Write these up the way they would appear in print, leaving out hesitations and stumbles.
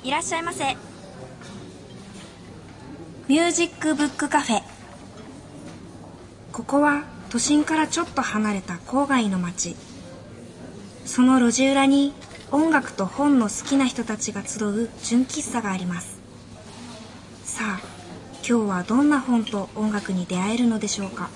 いらっしゃいませ。ミュージックブックカフェ。ここは都心からちょっと離れた郊外の町。その路地裏に音楽と本の好きな人たちが集う純喫茶があります。さあ、今日はどんな本と音楽に出会えるのでしょうか。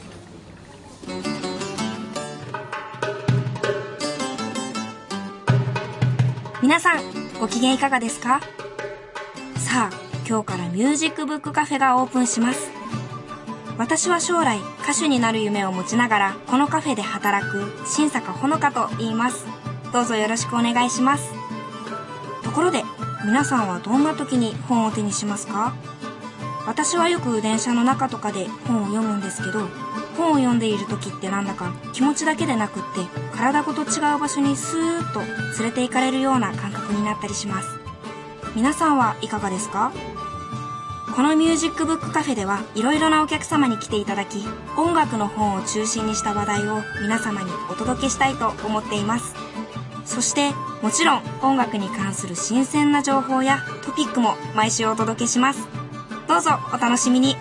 皆さん、ご機嫌いかがですか？さあ、今日からミュージックブックカフェがオープンします。私は将来歌手になる夢を持ちながらこのカフェで働く新坂ほのかと言います。どうぞよろしくお願いします。ところで、皆さんはどんな時に本を手にしますか？私はよく電車の中とかで本を読むんですけど、本を読んでいる時ってなんだか気持ちだけでなくって体ごと違う場所にスーッと連れて行かれるような感覚になったりします。皆さんはいかがですか？このミュージックブックカフェではいろいろなお客様に来ていただき、音楽の本を中心にした話題を皆様にお届けしたいと思っています。そしてもちろん音楽に関する新鮮な情報やトピックも毎週お届けします。どうぞお楽しみに。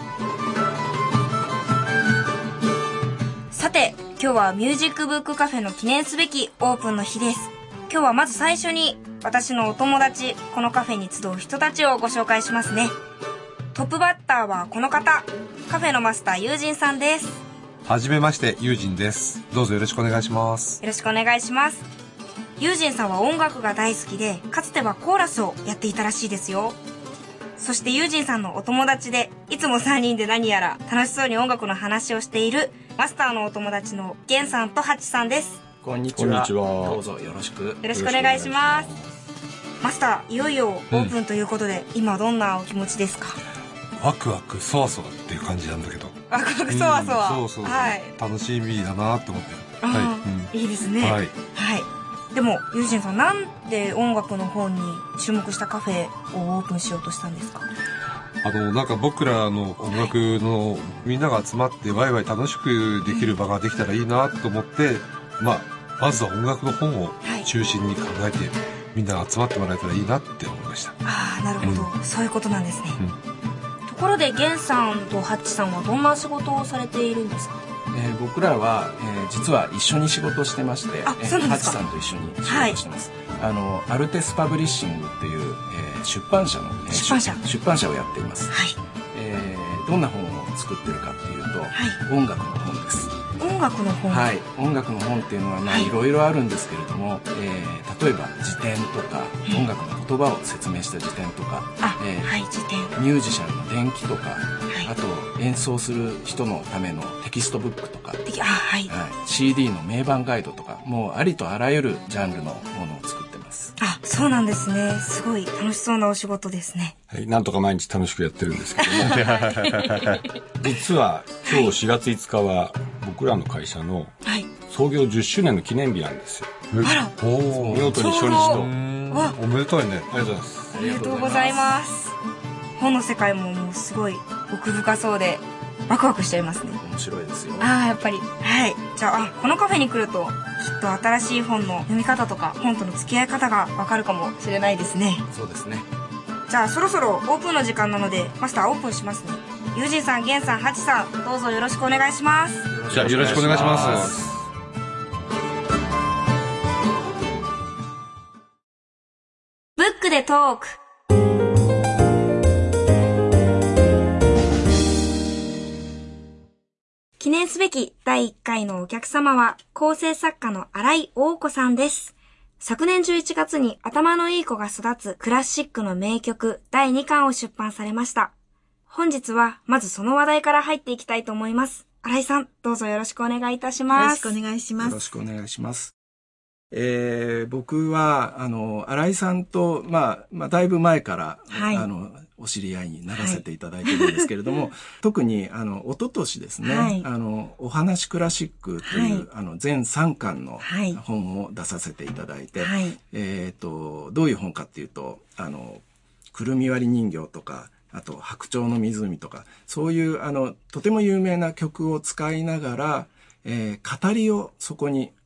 さて、今日はミュージックブックカフェの記念すべきオープンの日です。今日はまず最初に私のお友達、このカフェに集う人たちをご紹介しますね。トップバッターはこの方、カフェのマスターユージンさんです。 はじめまして、ユージンです。どうぞよろしくお願いします。 よろしくお願いします。ユージンさんは音楽が大好きで、かつてはコーラスをやっていたらしいですよ。そしてユージンさんのお友達で、いつも3人で何やら楽しそうに音楽の話をしているマスターのお友達のゲンさんとハチさんです。 こんにちは。どうぞよろしくお願いします。マスター、いよいよオープンということで、今どんなお気持ちですか？ ワクワクそわそわっていう感じなんだけど。 ワクワクそわそわ。 そうそう、 はい、 楽しみだなって思ってる。 はい、いいですね。はい、はい。でもユージンさん、なんで音楽の方に注目したカフェをオープンしようとしたんですか？ なんか僕らの音楽のみんなが集まってワイワイ楽しくできる場ができたらいいなと思って、まずは音楽の本を中心に考えて、みんなが集まってもらえたらいいなって思いました。 ああ、なるほど、そういうことなんですね。ところでゲンさんとハッチさんはどんな仕事をされているんですか？ 僕らは、実は一緒に仕事をしてまして、ハッチさんと一緒に仕事してます。アルテスパブリッシングっていう、出版社の、出版社をやっています。はい。どんな本を作ってるかっていうと、音楽の本です。 音楽の本？ はい。音楽の本っていうのはいろいろあるんですけれども、例えば辞典とか、音楽の言葉を説明した辞典とか、 辞典、 ミュージシャンの伝記とか、あと演奏する人のためのテキストブックとか、CD の名盤ガイドとか、もうありとあらゆるジャンルのものを作ってます。 あ、そうなんですね。すごい楽しそうなお仕事ですね。 はい、なんとか毎日楽しくやってるんですけども実は今日4月5日は僕らの会社の創業10周年の記念日なんですよ。 あら、 見事に初日と。 おめでたいね。 ありがとうございます。 ありがとうございます。本の世界ももうすごい奥深そうでワクワクしちゃいますね。 面白いですよ。 やっぱり。はい。じゃあ、このカフェに来るときっと新しい本の読み方とか本との付き合い方がわかるかもしれないですね。 そうですね。 じゃあそろそろオープンの時間なので、マスターオープンしますね。ユージンさん、ゲンさん、ハチさん、どうぞよろしくお願いします。 じゃあよろしくお願いします。 ブックでトーク。記念すべき第1回のお客様は構成作家の新井大子さんです。昨年11月に頭のいい子が育つクラシックの名曲第2巻を出版されました。本日はまずその話題から入っていきたいと思います。新井さん、どうぞよろしくお願いいたします。 よろしくお願いします。 よろしくお願いします。僕は新井さんとだいぶ前から、お知り合いにならせていただいているんですけれども、特に一昨年ですね、お話クラシックという、全3巻の本を出させていただいて、どういう本かっていうと、くるみ割り人形とか、あと白鳥の湖とか、そういうとても有名な曲を使いながら、語りをそこに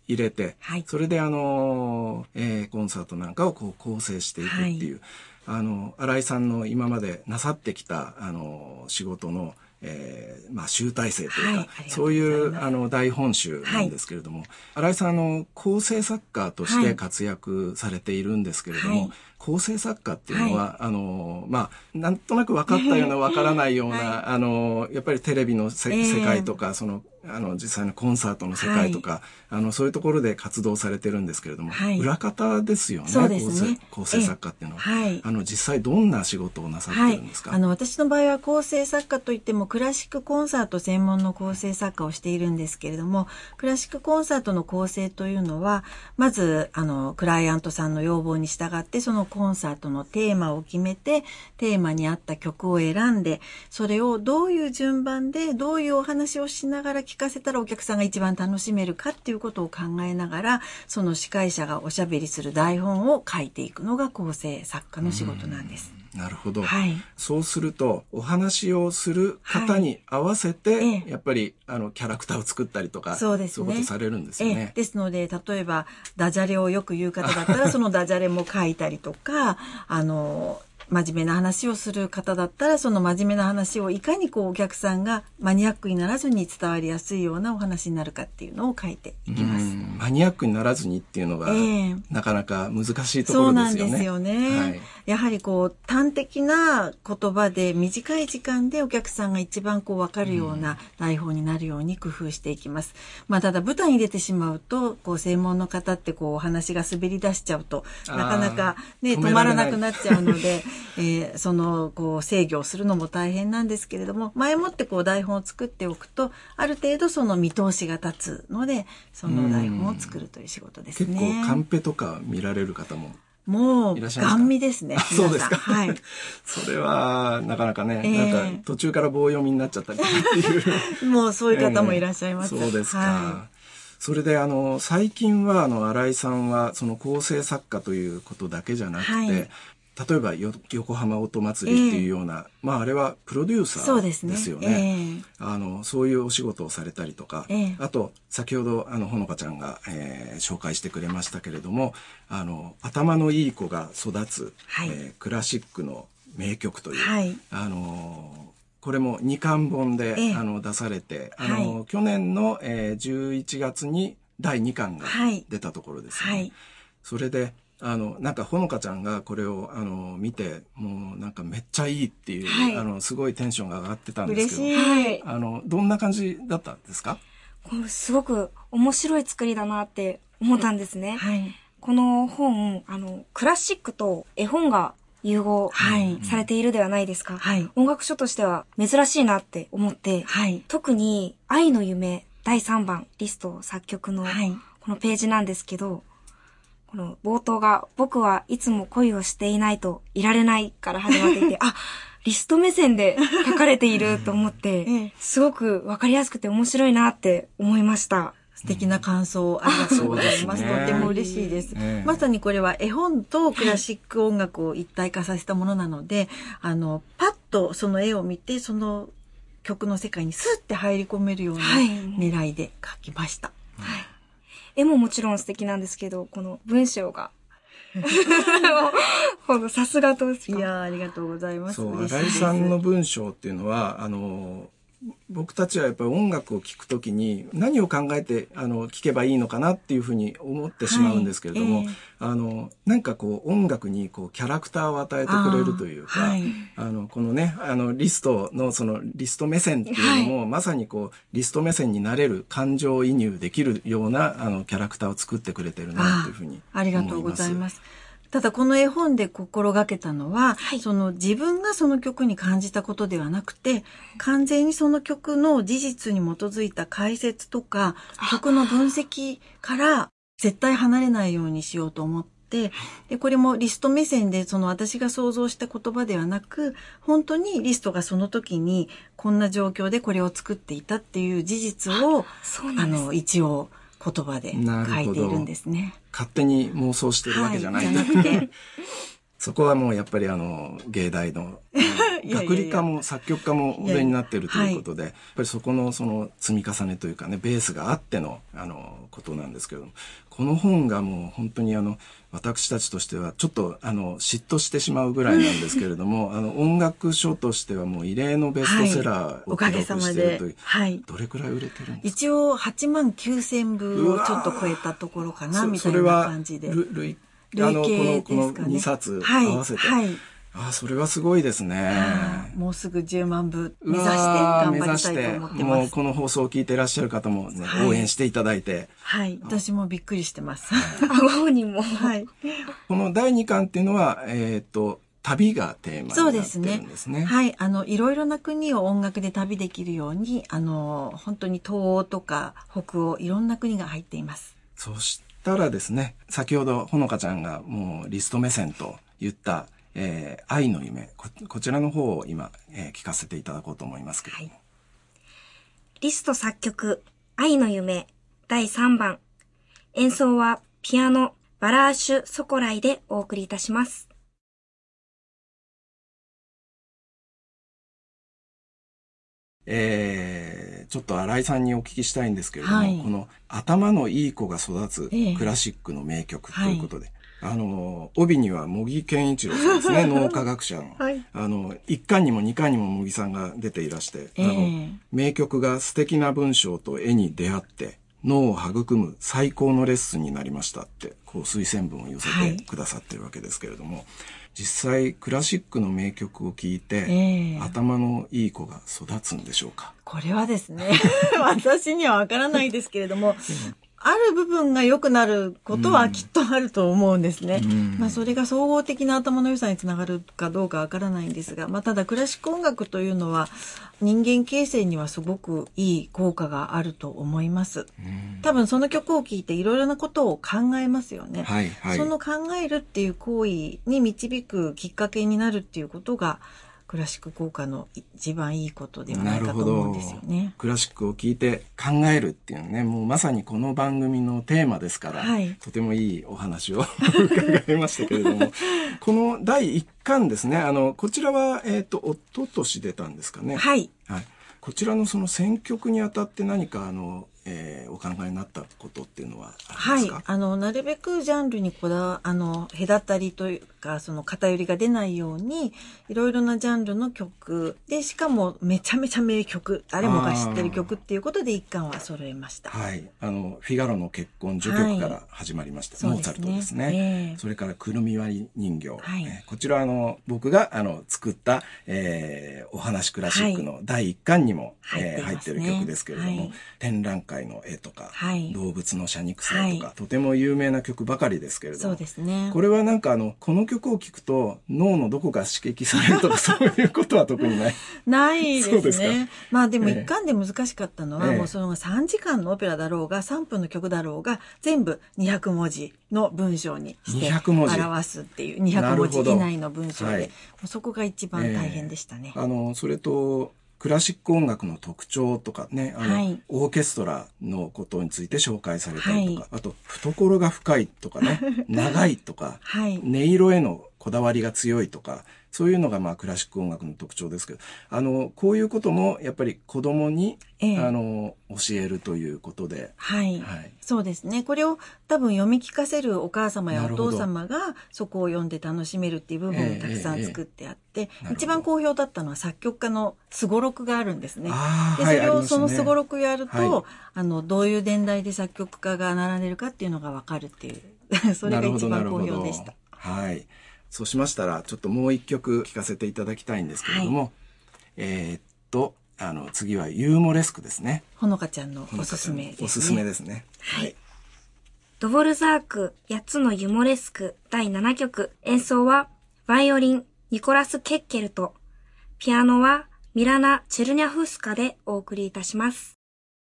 入れて、 はい、 それでコンサートなんかをこう構成していくっていう、はい、新井さんの今までなさってきた仕事の集大成というか、はい、そういう大本集なんですけれども、はい、新井さん構成作家として活躍されているんですけれども、はい、構成作家っていうのは、はい、なんとなく分かったような分からないような、はい、やっぱりテレビの世界とか、実際のコンサートの世界とか、はい、そういうところで活動されてるんですけれども、はい、裏方ですよね、 そうですね、 構成作家っていうのは、はい、実際どんな仕事をなさってるんですか？ はい、私の場合は構成作家といってもクラシックコンサート専門の構成作家をしているんですけれども、クラシックコンサートの構成というのは、まずクライアントさんの要望に従ってそのコンサートのテーマを決めて、テーマに合った曲を選んで、それをどういう順番でどういうお話をしながら聞かせたらお客さんが一番楽しめるかっていうことを考えながら、その司会者がおしゃべりする台本を書いていくのが構成作家の仕事なんです。 なるほど、 はい、 そうするとお話をする方に合わせて、はい、やっぱりキャラクターを作ったりとか、そうですね、そういうことされるんですよね。 ですので、例えばダジャレをよく言う方だったらそのダジャレも書いたりとか真面目な話をする方だったらその真面目な話をいかにお客さんがマニアックにならずに伝わりやすいようなお話になるかっていうのを書いていきます。 マニアックにならずにっていうのが、なかなか難しいところですよね。 そうなんですよね、はい、やはり端的な言葉で短い時間でお客さんが一番分かるような台本になるように工夫していきます。ただ舞台に出てしまうと専門の方ってお話が滑り出しちゃうとなかなかね止まらなくなっちゃうのでその制御をするのも大変なんですけれども、前もって台本を作っておくとある程度その見通しが立つので、その台本を作るという仕事ですね。 結構カンペとか見られる方ももうガン見ですね。 そうですか。 はい。 それはなかなかね、なんか途中から棒読みになっちゃったりとかっていうもうそういう方もいらっしゃいます。 そうですか。 はい、 それで最近は新井さんはその構成作家ということだけじゃなくて、はい、例えば横浜音祭りっていうような、あれはプロデューサーですよね。そういうお仕事をされたりとか、あと先ほどほのかちゃんが、紹介してくれましたけれども、頭のいい子が育つ、はい、クラシックの名曲という、はい、これも2巻本で、出されて、去年の、11月に第2巻が出たところですね。はい、それでなんかほのかちゃんがこれを見て、もうなんかめっちゃいいっていう、はい、すごいテンションが上がってたんですけど、 嬉しい。 どんな感じだったんですか？ すごく面白い作りだなって思ったんですね。はい、この本クラシックと絵本が融合されているではないですか。はい、音楽書としては珍しいなって思って、はい、特に愛の夢第3番リスト作曲のこのページなんですけど、この冒頭が僕はいつも恋をしていないといられないから始まっていて、リスト目線で書かれていると思って、すごくわかりやすくて面白いなって思いました。 素敵な感想ありがとうございます。とっても嬉しいです。まさにこれは絵本とクラシック音楽を一体化させたものなので、パッとその絵を見て、その曲の世界にスッて入り込めるような狙いで書きました。 絵ももちろん素敵なんですけど、この文章がさすがとですか。 いやありがとうございます。 新井さんの文章っていうのは僕たちはやっぱり音楽を聴くときに何を考えて聴けばいいのかなっていうふうに思ってしまうんですけれども、なんか音楽にキャラクターを与えてくれるというか、このねリストのそのリスト目線っていうのも、まさにリスト目線になれる感情移入できるようなキャラクターを作ってくれてるなっていうふうに思います。 ありがとうございます。ただこの絵本で心がけたのは、その自分がその曲に感じたことではなくて、完全にその曲の事実に基づいた解説とか曲の分析から絶対離れないようにしようと思って、でこれもリスト目線で私が想像した言葉ではなく、本当にリストがその時にこんな状況でこれを作っていたっていう事実を一応言葉で書いているんですね。 勝手に妄想してるわけじゃない。 そこはもうやっぱり芸大の学理科も作曲家も上になってるということで、やっぱりそこのその積み重ねというかね、ベースがあってのことなんですけれども、この本がもう本当に私たちとしてはちょっと嫉妬してしまうぐらいなんですけれども、音楽書としてはもう異例のベストセラーを記録しているという、はい、どれくらい売れてるんですか？ 一応89,000部をちょっと超えたところかなみたいな感じで。 それは累計ですかね。この2冊合わせて。はいはい、それはすごいですね。 もうすぐ10万部目指して頑張りたいと思ってます。 もうこの放送を聞いていらっしゃる方もね、応援していただいて。 はい。私もびっくりしてます。 本人も。はい。 この第2巻っていうのは、旅がテーマになってるんですね。そうですね。 はい。いろいろな国を音楽で旅できるように、本当に東欧とか北欧、いろんな国が入っています。 そしたらですね、先ほどほのかちゃんがもうリスト目線と言った、愛の夢 こちらの方を今、聞かせていただこうと思いますけど、はい、 リスト作曲愛の夢第3番、演奏はピアノバラーシュ・ソコライでお送りいたします。 ちょっと新井さんにお聞きしたいんですけれども、はい、この頭のいい子が育つクラシックの名曲ということで、帯には茂木健一郎さんですね、脳科学者の。はい、1巻にも2巻にも茂木さんが出ていらして、名曲が素敵な文章と絵に出会って、脳を育む最高のレッスンになりましたって、こう推薦文を寄せてくださってるわけですけれども、はい、実際クラシックの名曲を聴いて、頭のいい子が育つんでしょうか？ これはですね、私にはわからないですけれども、ある部分が良くなることはきっとあると思うんですね。それが総合的な頭の良さにつながるかどうかわからないんですが、ただクラシック音楽というのは人間形成にはすごくいい効果があると思います。多分その曲を聴いていろいろなことを考えますよね。はいはい、その考えるっていう行為に導くきっかけになるっていうことがクラシック効果の一番いいことではないかと思うんですよね。 クラシックを聴いて考えるっていうね、もうまさにこの番組のテーマですから、はい、とてもいいお話を伺いましたけれども、この第1巻ですね、こちらは、一昨年出たんですかね。はい。はい。こちらのその選曲にあたって何かお考えになったことっていうのはありますか？ はい、なるべくジャンルに隔たりというか、その偏りが出ないように、いろいろなジャンルの曲で、しかもめちゃめちゃ名曲、誰もが知ってる曲っていうことで一巻は揃えました。 はい。フィガロの結婚序曲から始まりました。はい、モーツァルトですね。それからくるみ割り人形。はい、こちらは僕が作った、お話クラシックの第1巻にも、入ってる曲ですけれども、はい、展覧会の絵とか、はい、動物の謝肉祭とか、はい、とても有名な曲ばかりですけれども、そうですね。これはなんかこの曲を聴くと脳のどこが刺激されるとかそういうことは特にないないですね。そうですか。でも一巻で難しかったのは、もうその3時間のオペラだろうが3分の曲だろうが全部200文字の文章にして表すっていう200文字以内の文章で、はい、もうそこが一番大変でしたね。 それとクラシック音楽の特徴とかね、はい、オーケストラのことについて紹介されたりとか、はい、あと懐が深いとかね長いとか、はい、音色へのこだわりが強いとか、そういうのがクラシック音楽の特徴ですけど、こういうこともやっぱり子供に、教えるということで、 はい、はい、そうですね。これを多分読み聞かせるお母様やお父様がそこを読んで楽しめるっていう部分をたくさん作ってあって、一番好評だったのは作曲家のすごろくがあるんですね。で、それをそのすごろくやると、はい、どういう年代で作曲家が並んでるかっていうのがわかるっていうそれが一番好評でした。 はい。そうしましたら、ちょっともう一曲聴かせていただきたいんですけれども、はい、次はユーモレスクですね。 ほのかちゃんのおすすめですね。 おすすめですね。はい。 ドボルザーク8つのユモレスク第7曲。演奏はバイオリンニコラス・ケッケルと、ピアノはミラナ・チェルニャフスカでお送りいたします。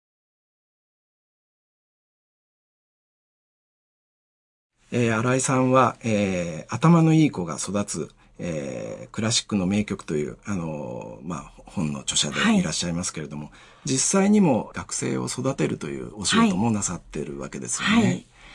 新井さんは、頭のいい子が育つ、クラシックの名曲という本の著者でいらっしゃいますけれども、はい、実際にも学生を育てるというお仕事もなさってるわけですよね。はいはい、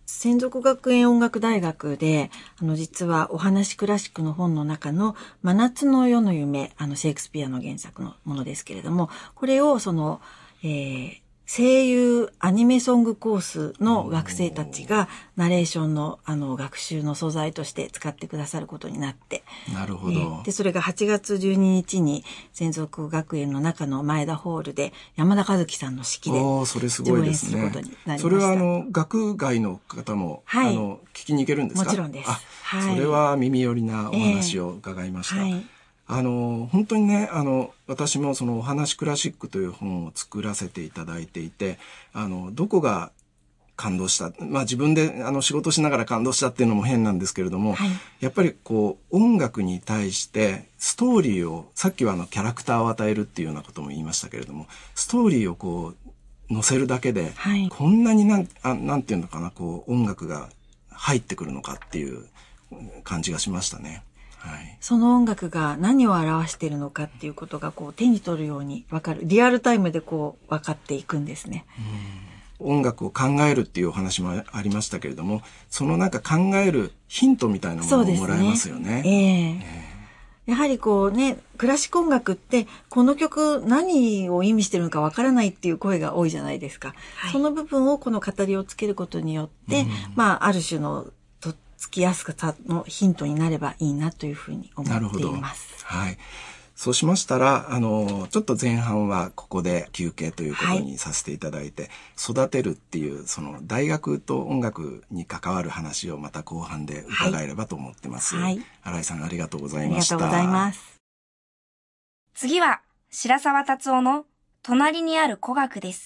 専属学園音楽大学で、実はお話クラシックの本の中の真夏の夜の夢、シェイクスピアの原作のものですけれども、これを声優アニメソングコースの学生たちがナレーションの学習の素材として使ってくださることになって。 なるほど。 で、それが8月12日に専属学園の中の前田ホールで山田和樹さんの指揮でそれすごいですね。 上演することになりました。 それは学外の方も、聞きに行けるんですか？ もちろんです。 それは耳寄りなお話を伺いました。本当にね、私もそのお話クラシックという本を作らせていただいていて、どこが感動した。自分で仕事しながら感動したっていうのも変なんですけれども、やっぱり音楽に対してストーリーを、さっきはキャラクターを与えるっていうようなことも言いましたけれども、ストーリーを載せるだけで、こんなになんていうのかな、音楽が入ってくるのかっていう感じがしましたね。 その音楽が何を表しているのかっていうことが手に取るように分かる。リアルタイムで分かっていくんですね。 音楽を考えるっていうお話もありましたけれども、その考えるヒントみたいなものをもらえますよね。 やはりクラシック音楽ってこの曲何を意味してるのかわからないっていう声が多いじゃないですか。その部分をこの語りをつけることによって、ある種のとっつきやすさのヒントになればいいなというふうに思っています。 そうしましたら、ちょっと前半はここで休憩ということにさせていただいて、育てるっていう、その大学と音楽に関わる話をまた後半で伺えればと思ってます。新井さんありがとうございました。 ありがとうございます。 次は、白沢達夫の隣にある古楽です。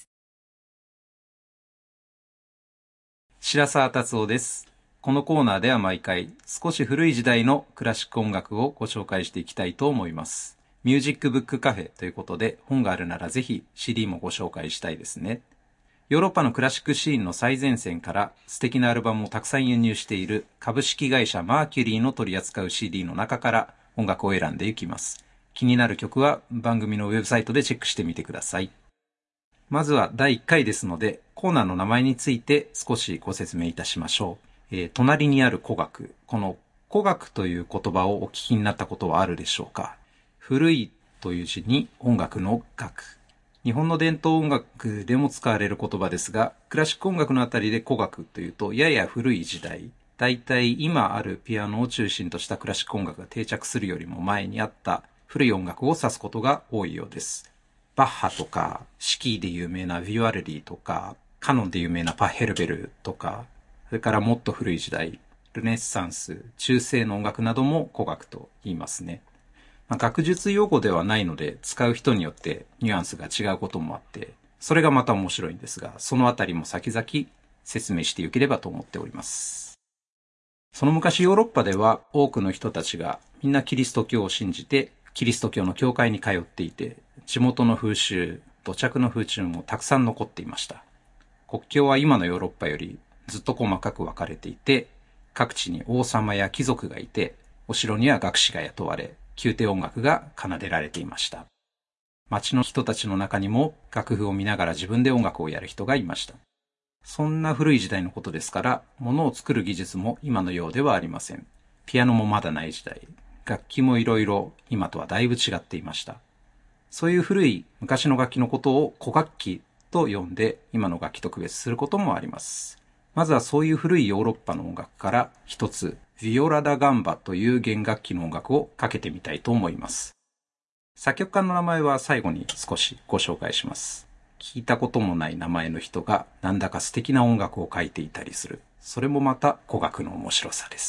白沢達夫です。このコーナーでは毎回少し古い時代のクラシック音楽をご紹介していきたいと思います。ミュージックブックカフェということで本があるならぜひ CD もご紹介したいですね。ヨーロッパのクラシックシーンの最前線から素敵なアルバムをたくさん輸入している株式会社マーキュリーの取り扱う CD の中から音楽を選んでいきます。気になる曲は番組のウェブサイトでチェックしてみてください。まずは第1回ですのでコーナーの名前について少しご説明いたしましょう。隣にある古楽。この古楽という言葉をお聞きになったことはあるでしょうか？古いという字に音楽の楽。日本の伝統音楽でも使われる言葉ですが、クラシック音楽のあたりで古楽というとやや古い時代。だいたい今あるピアノを中心としたクラシック音楽が定着するよりも前にあった古い音楽を指すことが多いようです。バッハとか、シキーで有名なヴィワルディとか、カノンで有名なパッヘルベルとか、それからもっと古い時代、ルネッサンス、中世の音楽なども古楽と言いますね。学術用語ではないので使う人によってニュアンスが違うこともあって、それがまた面白いんですが、そのあたりも先々説明していければと思っております。その昔ヨーロッパでは多くの人たちがみんなキリスト教を信じて、キリスト教の教会に通っていて、地元の風習、土着の風習もたくさん残っていました。国境は今のヨーロッパよりずっと細かく分かれていて、各地に王様や貴族がいて、お城には学士が雇われ、宮廷音楽が奏でられていました。町の人たちの中にも楽譜を見ながら自分で音楽をやる人がいました。そんな古い時代のことですから、物を作る技術も今のようではありません。ピアノもまだない時代、楽器もいろいろ今とはだいぶ違っていました。そういう古い昔の楽器のことを古楽器と呼んで、今の楽器と区別することもあります。まずはそういう古いヨーロッパの音楽から一つ、ヴィオラ・ダ・ガンバという弦楽器の音楽をかけてみたいと思います。作曲家の名前は最後に少しご紹介します。聞いたこともない名前の人がなんだか素敵な音楽を書いていたりする。それもまた古楽の面白さです。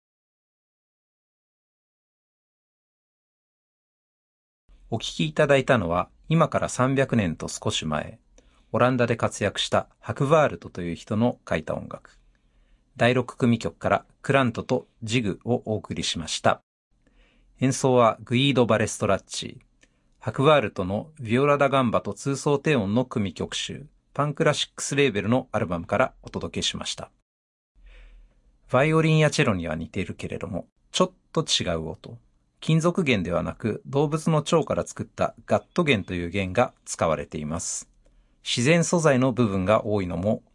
お聴きいただいたのは今から300年と少し前、オランダで活躍したハクヴァールトという人の書いた音楽。第6組曲からクラントとジグをお送りしました。演奏はグイード・バレストラッチ。ハクヴァールトのヴィオラ・ダ・ガンバと通奏低音の組曲集、パンクラシックスレーベルのアルバムからお届けしました。バイオリンやチェロには似ているけれども、ちょっと違う音。金属弦ではなく動物の腸から作ったガット弦という弦が使われています。自然素材の部分が多いのも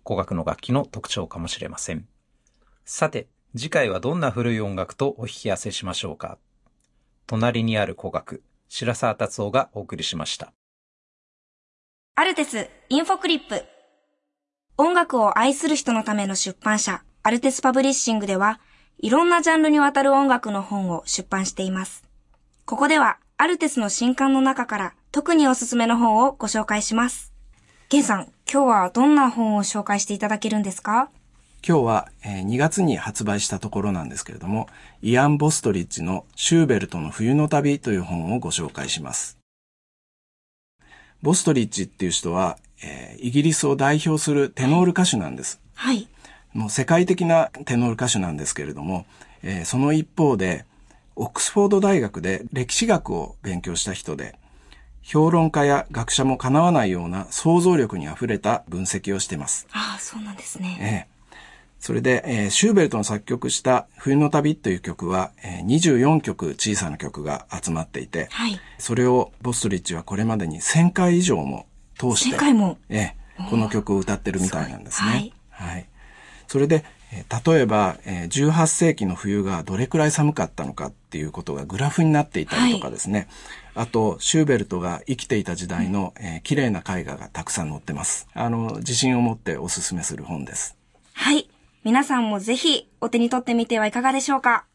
古楽の楽器の特徴かもしれません。さて、次回はどんな古い音楽とお引き合わせしましょうか。隣にある古楽、白澤達夫がお送りしました。 アルテスインフォクリップ。音楽を愛する人のための出版社、アルテスパブリッシングでは、いろんなジャンルにわたる音楽の本を出版しています。ここでは、アルテスの新刊の中から特におすすめの本をご紹介します。ゲンさん、今日はどんな本を紹介していただけるんですか？ 今日は2月に発売したところなんですけれども、イアン・ボストリッジのシューベルトの冬の旅という本をご紹介します。ボストリッジっていう人は、イギリスを代表するテノール歌手なんです。 はい。 もう世界的なテノール歌手なんですけれども、その一方で、オックスフォード大学で歴史学を勉強した人で、評論家や学者もかなわないような想像力にあふれた分析をしています。 ああ、そうなんですね。 それで、シューベルトの作曲した冬の旅という曲は、24曲小さな曲が集まっていて、 はい、 それをボストリッジはこれまでに1000回以上も通して、 1000回も、 この曲を歌ってるみたいなんですね。はい。それで、例えば、18世紀の冬がどれくらい寒かったのかっていうことがグラフになっていたりとかですね。はい、あと、シューベルトが生きていた時代の、綺麗な絵画がたくさん載ってます。自信を持っておすすめする本です。 はい。皆さんもぜひお手に取ってみてはいかがでしょうか。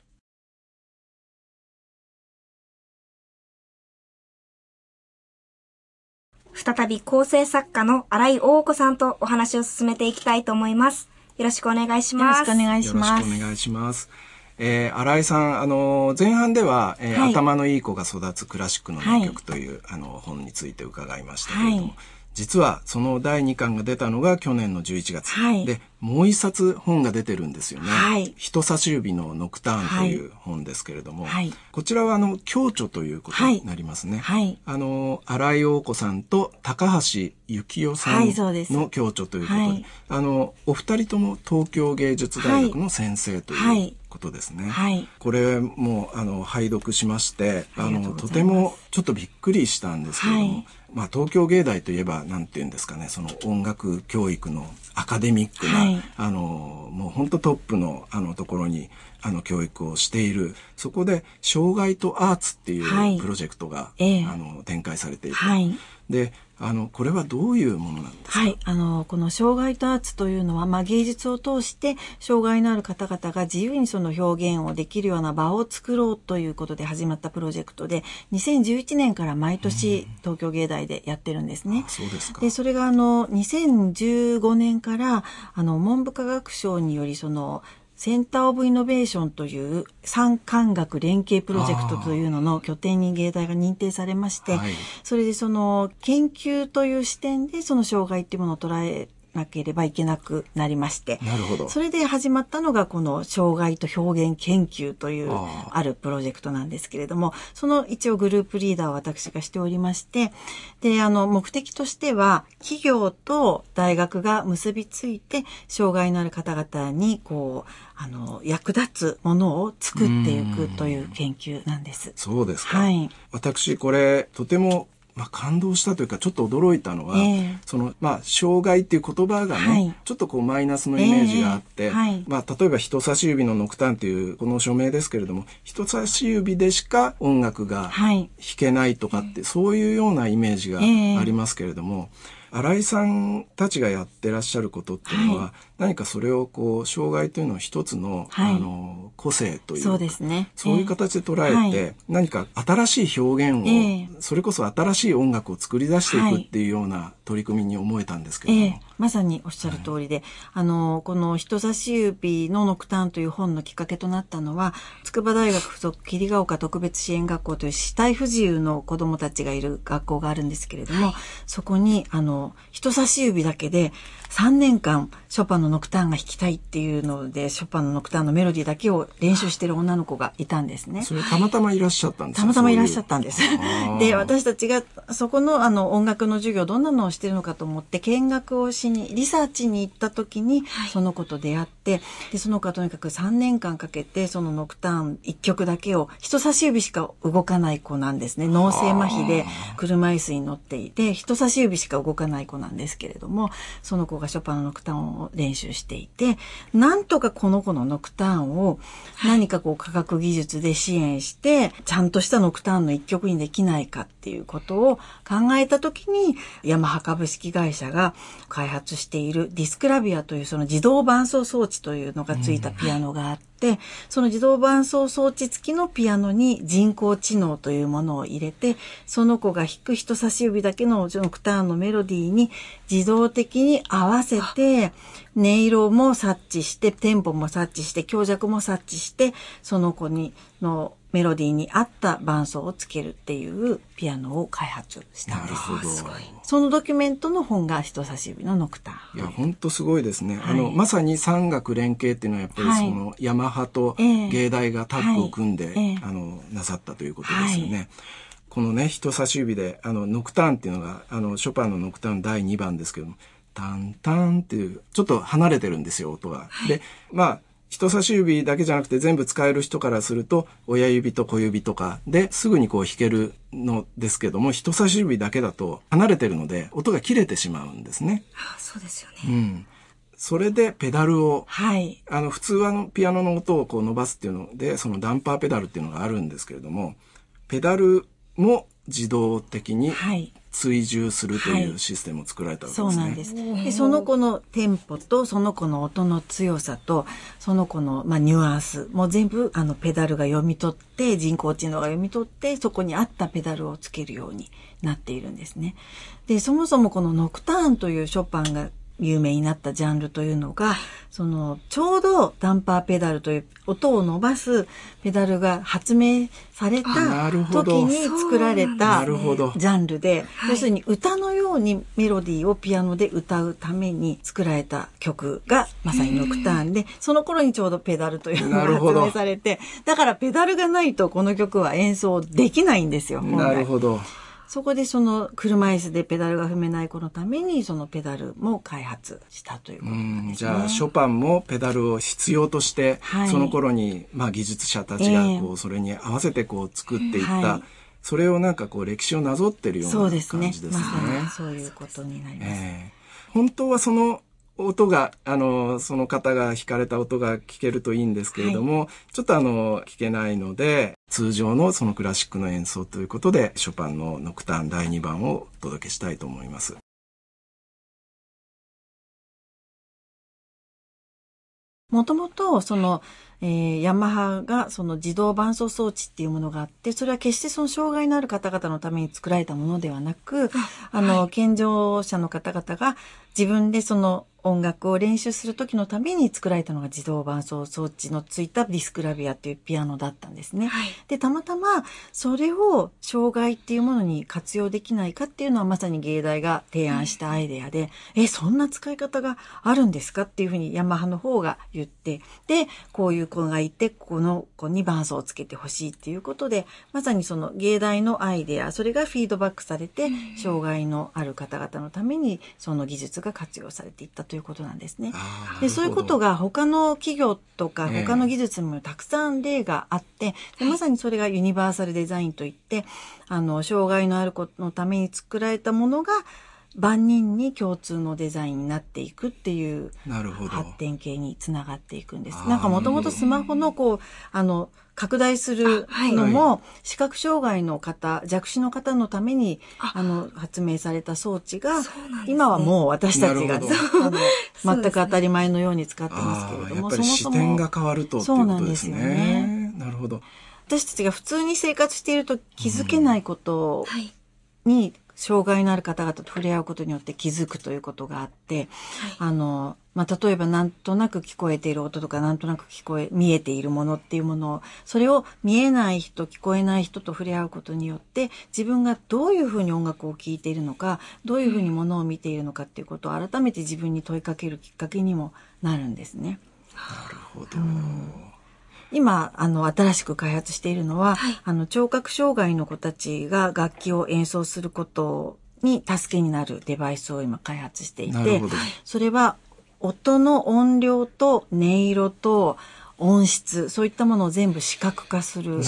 再び構成作家の新井大子さんとお話を進めていきたいと思います。よろしくお願いします。 よろしくお願いします。 よろしくお願いします。新井さん、前半では、はい、頭のいい子が育つクラシックの名曲という、本について伺いましたけれども、はい、実はその第2巻が出たのが去年の11月、はい、でもう一冊本が出てるんですよね、はい、人差し指のノクターンという本ですけれども、はい、こちらは共著ということになりますね、はい、新井大子さんと高橋幸雄さんの共著ということで、はい、お二人とも東京芸術大学の先生ということですね、はい、これも拝読しましてとてもちょっとびっくりしたんですけれども、はい、東京芸大といえばなんていうんですかね、その音楽教育のアカデミックな、はい、もう本当トップのところに教育をしている、そこで障害とアーツっていうプロジェクトが、展開されていて、はい、でこれはどういうものなんですか？はい、 この障害とアーツというのは、芸術を通して障害のある方々が自由にその表現をできるような場を作ろうということで始まったプロジェクトで、2011年から毎年東京芸大でやってるんですね。 そうですか。 で、それが2015年から文部科学省によりそのセンターオブイノベーションという産官学連携プロジェクトというのの拠点に芸大が認定されまして、はい、それでその研究という視点でその障害っていうものを捉えなければいけなくなりまして、 なるほど。 それで始まったのがこの障害と表現研究というあるプロジェクトなんですけれども、その一応グループリーダーを私がしておりまして、で目的としては企業と大学が結びついて障害のある方々に役立つものを作っていくという研究なんです。 そうですか。 はい。 私これとても感動したというかちょっと驚いたのは、その障害っていう言葉がね、はい、ちょっとマイナスのイメージがあって、はい、例えば人差し指のノクターンというこの署名ですけれども、人差し指でしか音楽が弾けないとかって、そういうようなイメージがありますけれども、新井さんたちがやってらっしゃることっていうのは、はい、何かそれを障害というのを一つの、はい、個性というか、 そうですね、 そういう形で捉えて、何か新しい表現を、それこそ新しい音楽を作り出していくっていうような取り組みに思えたんですけれども、 まさにおっしゃる通りで、この人差し指のノクターンという本のきっかけとなったのは、筑波大学附属桐ヶ丘特別支援学校という肢体不自由の子どもたちがいる学校があるんですけれども、はい、そこに人差し指だけで3年間ショパンのノクターンが弾きたいっていうので、ショパンのノクターンのメロディーだけを練習してる女の子がいたんですね。 それたまたまいらっしゃったんですか？ たまたまいらっしゃったんです。で、私たちがそこの音楽の授業どんなのをしてるのかと思って見学をしに、リサーチに行った時にその子と出会って、で、その子はとにかく3年間かけてそのノクターン1曲だけを、人差し指しか動かない子なんですね。脳性麻痺で車椅子に乗っていて、人差し指しか動かない子なんですけれども、その子がショパンのノクターンを練習していて、なんとかこの子のノクターンを何かこう科学技術で支援して、ちゃんとしたノクターンの一曲にできないかっていうことを考えたときに、ヤマハ株式会社が開発しているディスクラビアというその自動伴奏装置というのがついたピアノがあって、その自動伴奏装置付きのピアノに人工知能というものを入れて、その子が弾く人差し指だけのノクターンのメロディーに自動的に合わせて、音色も察知して、テンポも察知して、強弱も察知して、その子のメロディーに合った伴奏をつけるっていうピアノを開発したんです。そのドキュメントの本が人差し指のノクターン。 いや、本当すごいですね。まさに産学連携っていうのはやっぱりそのヤマハと芸大がタッグを組んで、なさったということですよね。このね、人差し指でノクターンっていうのがショパンのノクターン第2番ですけども、タンタンっていうちょっと離れてるんですよ、音が。で、人差し指だけじゃなくて全部使える人からすると親指と小指とかですぐにこう弾けるのですけども、人差し指だけだと離れてるので音が切れてしまうんですね。 そうですよね。 それでペダルを、普通はピアノの音をこう伸ばすっていうので、そのダンパーペダルっていうのがあるんですけれども、ペダルも自動的に追従するというシステムを作られたわけですね。 そうなんです。で、その子のテンポと、その子の音の強さと、その子のニュアンスも全部ペダルが読み取って、人工知能が読み取って、そこに合ったペダルをつけるようになっているんですね。で、そもそもこのノクターンというショパンが有名になったジャンルというのが、ちょうどダンパーペダルという音を伸ばすペダルが発明された時に作られたジャンルで、要するに歌のようにメロディーをピアノで歌うために作られた曲がまさにノクターンで、その頃にちょうどペダルというのが発明されて、だからペダルがないとこの曲は演奏できないんですよ。 なるほど。 そこでその車椅子でペダルが踏めない子のためにそのペダルも開発したということなんですね。 じゃあショパンもペダルを必要として、その頃に技術者たちがそれに合わせて作っていった、それをなんか歴史をなぞってるような感じですね。 まさにそういうことになります。 本当はその音がその方が弾かれた音が聞けるといいんですけれども、ちょっと聞けないので、通常のそのクラシックの演奏ということでショパンのノクターン第2番をお届けしたいと思います。 もともとヤマハがその自動伴奏装置っていうものがあって、それは決してその障害のある方々のために作られたものではなく、健常者の方々が自分でその音楽を練習する時のために作られたのが自動伴奏装置のついたディスクラビアっていうピアノだったんですね。で、たまたまそれを障害っていうものに活用できないかっていうのはまさに芸大が提案したアイデアで、そんな使い方があるんですかっていうふうにヤマハの方が言って、で、こういう子がいて、この子に伴奏をつけてほしいっていうことで、まさにその芸大のアイデア、それがフィードバックされて、障害のある方々のためにその技術が活用されていったということなんですね。で、そういうことが他の企業とか他の技術にもたくさん例があって、でまさにそれがユニバーサルデザインといって、障害のある子のために作られたものが万人に共通のデザインになっていくっていう発展系につながっていくんです。なんかもともとスマホの拡大するのも視覚障害の方、弱視の方のために発明された装置が、今はもう私たちが全く当たり前のように使ってますけれども、 やっぱり視点が変わるとっていうことですね。なるほど。 私たちが普通に生活していると気づけないことに障害のある方々と触れ合うことによって気づくということがあって、例えばなんとなく聞こえている音とか、なんとなく見えているものっていうものを、それを見えない人、聞こえない人と触れ合うことによって、自分がどういうふうに音楽を聴いているのか、どういうふうにものを見ているのかっていうことを改めて自分に問いかけるきっかけにもなるんですね。 なるほど。 今、新しく開発しているのは、聴覚障害の子たちが楽器を演奏することに助けになるデバイスを今開発していて、それは音の音量と音色と音質、そういったものを全部視覚化する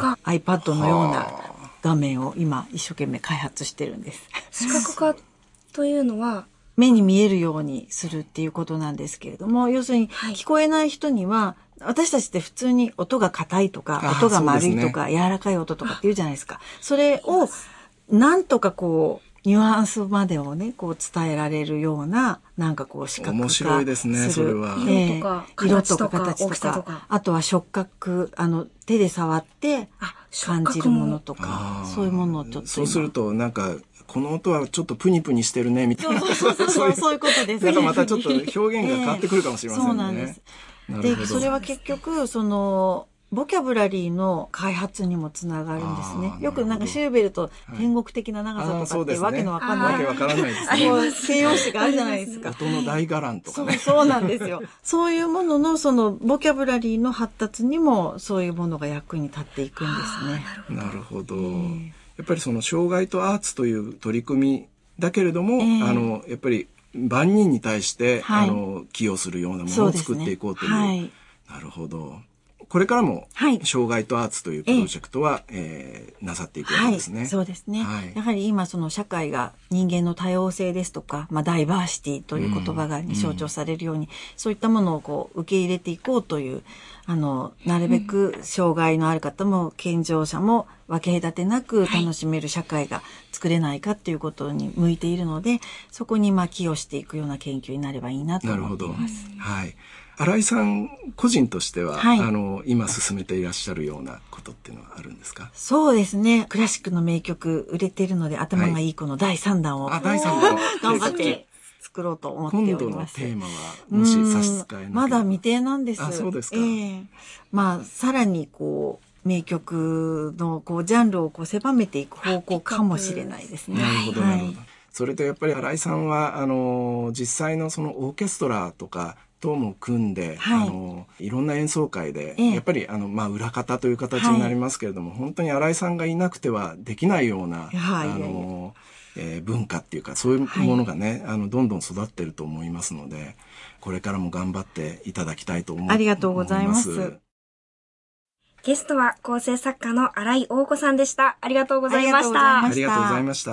iPad のような画面を今一生懸命開発してるんです。 視覚化というのは目に見えるようにするっていうことなんですけれども、要するに聞こえない人には、私たちって普通に音が硬いとか、音が丸いとか、柔らかい音とかって言うじゃないですか。それをなんとかニュアンスまでをね、伝えられるような、視覚化する。 面白いですね、それは。 色とか形とか、あとは触覚、手で触って感じるものとか、そういうものをちょっと。 そうすると、この音はちょっとプニプニしてるね、みたいな。 そういうことです。 またちょっと表現が変わってくるかもしれませんね。 そうなんです。で、それは結局、ボキャブラリーの開発にもつながるんですね。よくシューベルト、天国的な長さとかってわけのわかんない。 わけわからないですね。 形容詞があるじゃないですか。 音の大伽藍とかね。 そうなんですよ。そういうものの、ボキャブラリーの発達にも、そういうものが役に立っていくんですね。なるほど。やっぱり障害とアーツという取り組みだけれども、やっぱり万人に対して、寄与するようなものを作っていこうという。なるほど。これからも、障害とアーツというプロジェクトは、なさっていくわけですね。 そうですね。やはり今社会が人間の多様性ですとか、ダイバーシティという言葉に象徴されるように、そういったものを受け入れていこうという、なるべく障害のある方も健常者も分け隔てなく楽しめる社会が作れないかっていうことに向いているので、そこに寄与していくような研究になればいいなと思っています。 はい。新井さん個人としては、今進めていらっしゃるようなことっていうのはあるんですか？ そうですね。クラシックの名曲売れているので、頭がいい子の第3弾を、 第3弾頑張って作ろうと思っております。 今度のテーマはもし差し支えなければ。 まだ未定なんです。 そうですか。 さらに名曲のジャンルを狭めていく方向かもしれないですね。 なるほど、なるほど。それとやっぱり新井さんは実際のオーケストラとかとも組んで、いろんな演奏会で、やっぱり裏方という形になりますけれども、本当に新井さんがいなくてはできないような、文化っていうか、そういうものがね、どんどん育ってると思いますので、これからも頑張っていただきたいと思います。 ありがとうございます。 ゲストは構成作家の新井大子さんでした。ありがとうございました。 ありがとうございました。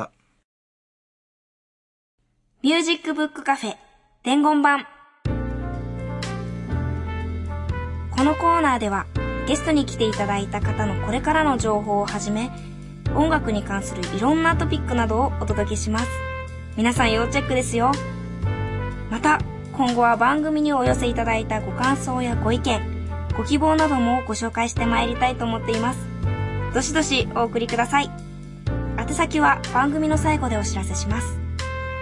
ミュージックブックカフェ伝言版。このコーナーではゲストに来ていただいた方のこれからの情報をはじめ、音楽に関するいろんなトピックなどをお届けします。皆さん要チェックですよ。また今後は番組にお寄せいただいたご感想やご意見、ご希望などもご紹介してまいりたいと思っています。どしどしお送りください。宛先は番組の最後でお知らせします。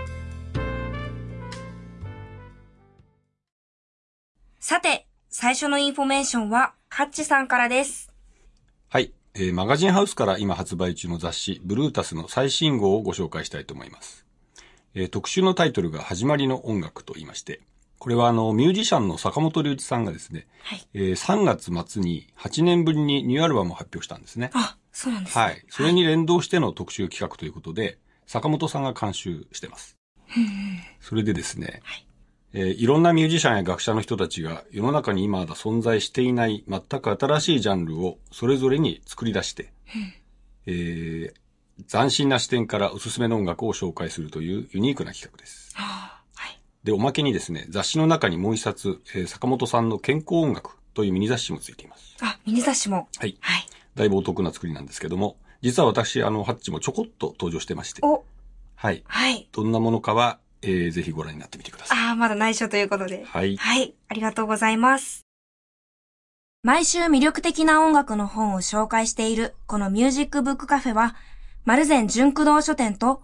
さて、最初のインフォメーションはハッチさんからです。 はい、マガジンハウスから今発売中の雑誌ブルータスの最新号をご紹介したいと思います。特集のタイトルが始まりの音楽と言いまして、これはミュージシャンの坂本龍一さんがですね、3月末に8年ぶりにニューアルバムを発表したんですね。 あ、そうなんですね。 はい。それに連動しての特集企画ということで、坂本さんが監修してます。それでですね、いろんなミュージシャンや学者の人たちが世の中に今まだ存在していない全く新しいジャンルをそれぞれに作り出して、斬新な視点からおすすめの音楽を紹介するというユニークな企画です。で、おまけにですね、雑誌の中にもう一冊、坂本さんの健康音楽というミニ雑誌もついています。 あ、ミニ雑誌も。 はい。だいぶお得な作りなんですけども、実は私、ハッチもちょこっと登場してまして。はい。どんなものかは、ぜひご覧になってみてください。 まだ内緒ということで。 はい。 ありがとうございます。毎週魅力的な音楽の本を紹介しているこのミュージックブックカフェは、丸善純駆動書店と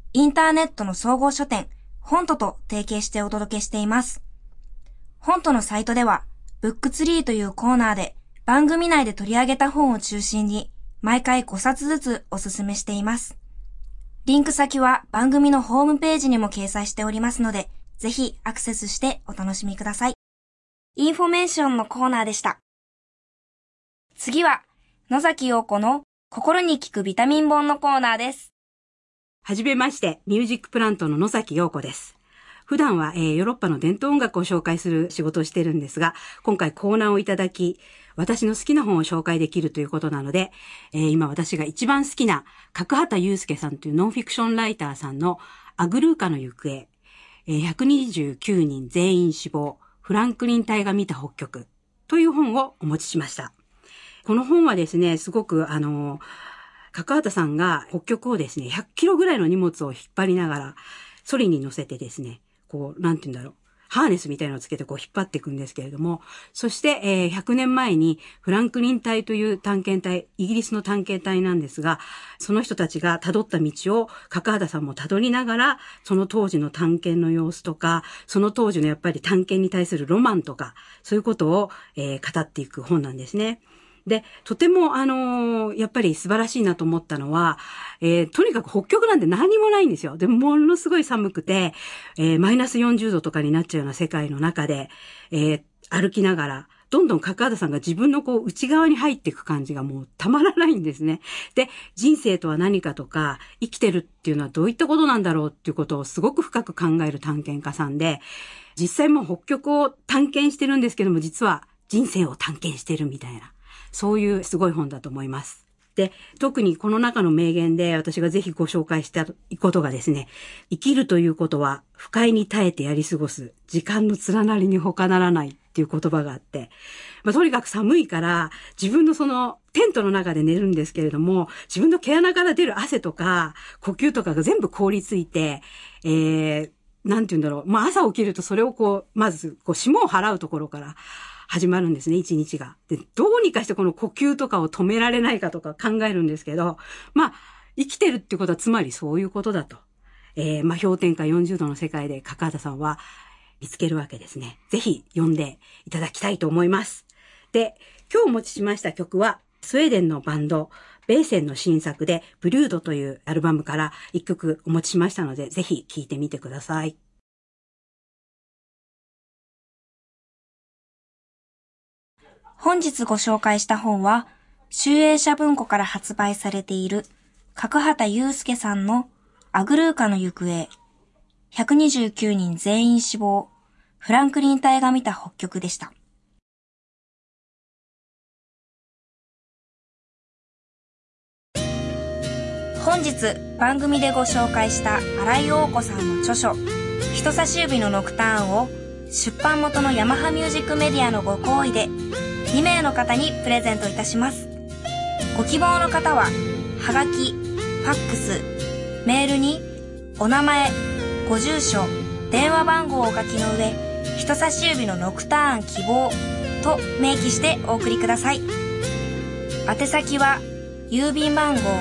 インターネットの総合書店、ホントと提携してお届けしています。ホントのサイトでは、ブックツリーというコーナーで番組内で取り上げた本を中心に、毎回5冊ずつおすすめしています。リンク先は番組のホームページにも掲載しておりますので、ぜひアクセスしてお楽しみください。インフォメーションのコーナーでした。次は、野崎陽子の心に効くビタミン本のコーナーです。 はじめまして、ミュージックプラントの野崎陽子です。普段は、ヨーロッパの伝統音楽を紹介する仕事をしているんですが、今回コーナーをいただき、私の好きな本を紹介できるということなので、今私が一番好きな角畑祐介さんというノンフィクションライターさんのアグルーカの行方、129人全員死亡、フランクリン隊が見た北極という本をお持ちしました。この本はですね、すごく角畑さんが北極をですね、100キロぐらいの荷物を引っ張りながら、ソリに乗せてですね、なんて言うんだろう、ハーネスみたいなのをつけて引っ張っていくんですけれども、そして、100年前にフランクリン隊という探検隊、イギリスの探検隊なんですが、その人たちが辿った道を角畑さんも辿りながら、その当時の探検の様子とか、その当時のやっぱり探検に対するロマンとか、そういうことを、語っていく本なんですね。で、とてもやっぱり素晴らしいなと思ったのは、とにかく北極なんて何もないんですよ。でもものすごい寒くて、マイナス40度とかになっちゃうような世界の中で、歩きながら、どんどん角畑さんが自分の内側に入っていく感じがもうたまらないんですね。で、人生とは何かとか、生きてるっていうのはどういったことなんだろうっていうことをすごく深く考える探検家さんで、実際もう北極を探検してるんですけども、実は人生を探検してるみたいな。そういうすごい本だと思います。で、特にこの中の名言で私がぜひご紹介したいことがですね、生きるということは不快に耐えてやり過ごす、時間の連なりに他ならないっていう言葉があって、とにかく寒いから自分のそのテントの中で寝るんですけれども、自分の毛穴から出る汗とか呼吸とかが全部凍りついて、なんて言うんだろう、朝起きるとそれをまず霜を払うところから始まるんですね、一日が。で、どうにかしてこの呼吸とかを止められないかとか考えるんですけど、生きてるってことはつまりそういうことだと。氷点下40度の世界で角畑さんは見つけるわけですね。ぜひ読んでいただきたいと思います。で、今日お持ちしました曲は、スウェーデンのバンド、ベーセンの新作で、ブルードというアルバムから一曲お持ちしましたので、ぜひ聴いてみてください。 本日ご紹介した本は、集英社文庫から発売されている角畑祐介さんのアグルーカの行方、129人全員死亡、フランクリン隊が見た北極でした。本日番組でご紹介した新井陽子さんの著書、人差し指のノクターンを出版元のヤマハミュージックメディアのご厚意で2名の方にプレゼントいたします。ご希望の方は、はがき、ファックス、メールに、お名前、ご住所、電話番号をお書きの上、人差し指のノクターン希望と明記してお送りください。宛先は、郵便番号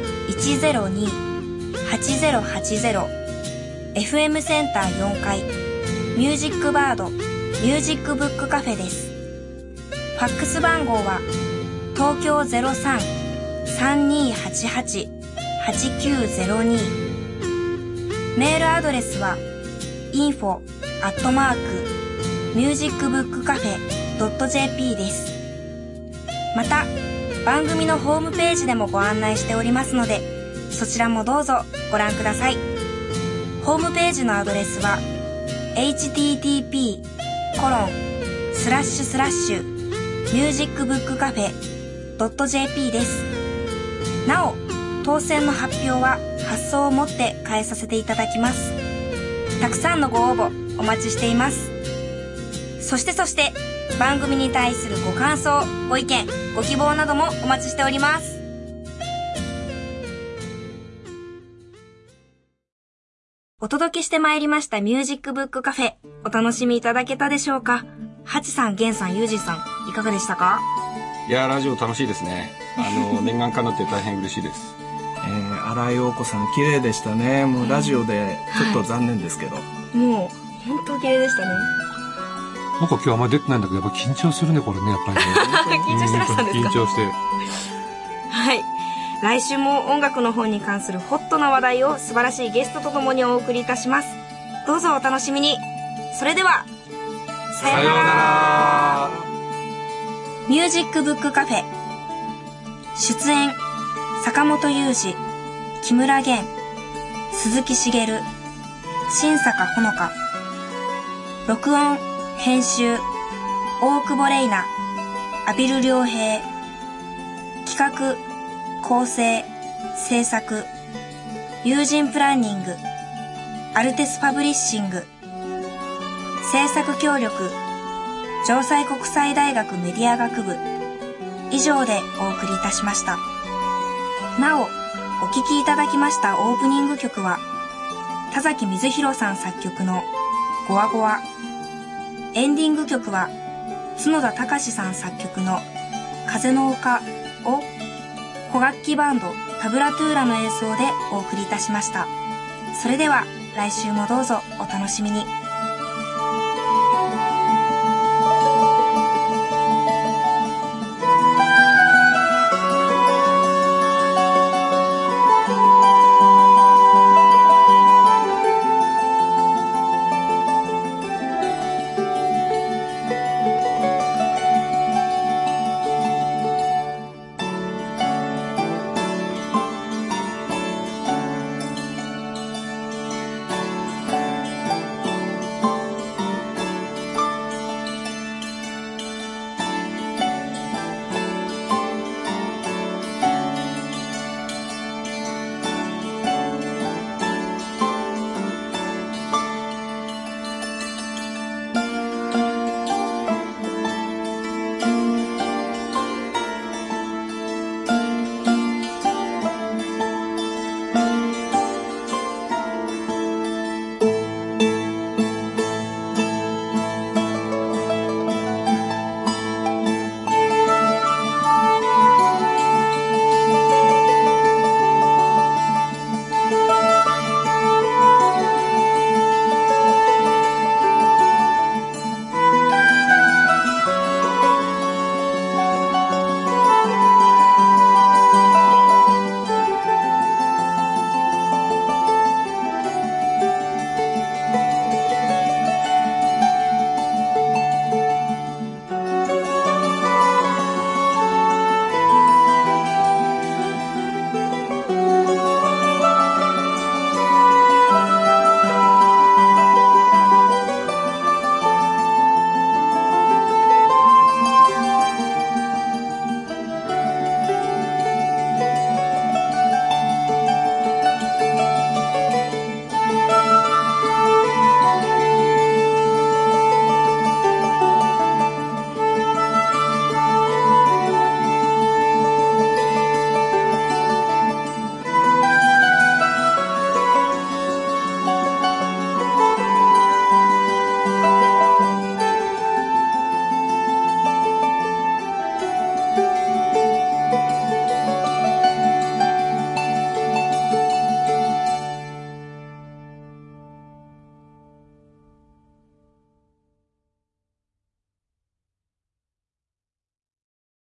102-8080 FM センター4階ミュージックバードミュージックブックカフェです。ファックス番号は東京 03-3288-8902 メールアドレスは info@musicbookcafe.jp です。また番組のホームページでもご案内しておりますので、そちらもどうぞご覧ください。ホームページのアドレスは http://musicbookcafe.jp です。なお、当選の発表は発送をもって返させていただきます。たくさんのご応募お待ちしています。そして番組に対するご感想、ご意見、ご希望などもお待ちしております。お届けしてまいりましたミュージックブックカフェ、お楽しみいただけたでしょうか。ハチさん、ゲンさん、ユージさん、いかがでしたか？ いや、ラジオ楽しいですね。念願かなって大変嬉しいです。 新井王子さん綺麗でしたね。もうラジオでちょっと残念ですけど、 もう本当綺麗でしたね。 僕は今日あんまり出てないんだけど、やっぱ緊張するね、これね、やっぱりね。 緊張してらしたんですか？ 緊張して。 はい。来週も音楽の方に関するホットな話題を素晴らしいゲストとともにお送りいたします。どうぞお楽しみに。それでは、さようなら。ミュージックブックカフェ。出演、坂本雄二、木村玄、鈴木茂、新坂ほのか。録音、編集、大久保玲奈、阿比留良平。企画、構成、制作、友人プランニング、アルテスパブリッシング。制作協力、城西国際大学メディア学部。以上でお送りいたしました。なお、お聴きいただきましたオープニング曲は、田崎水弘さん作曲のゴワゴワ。エンディング曲は、角田隆さん作曲の風の丘を、古楽器バンドタブラトゥーラの演奏でお送りいたしました。それでは来週もどうぞお楽しみに。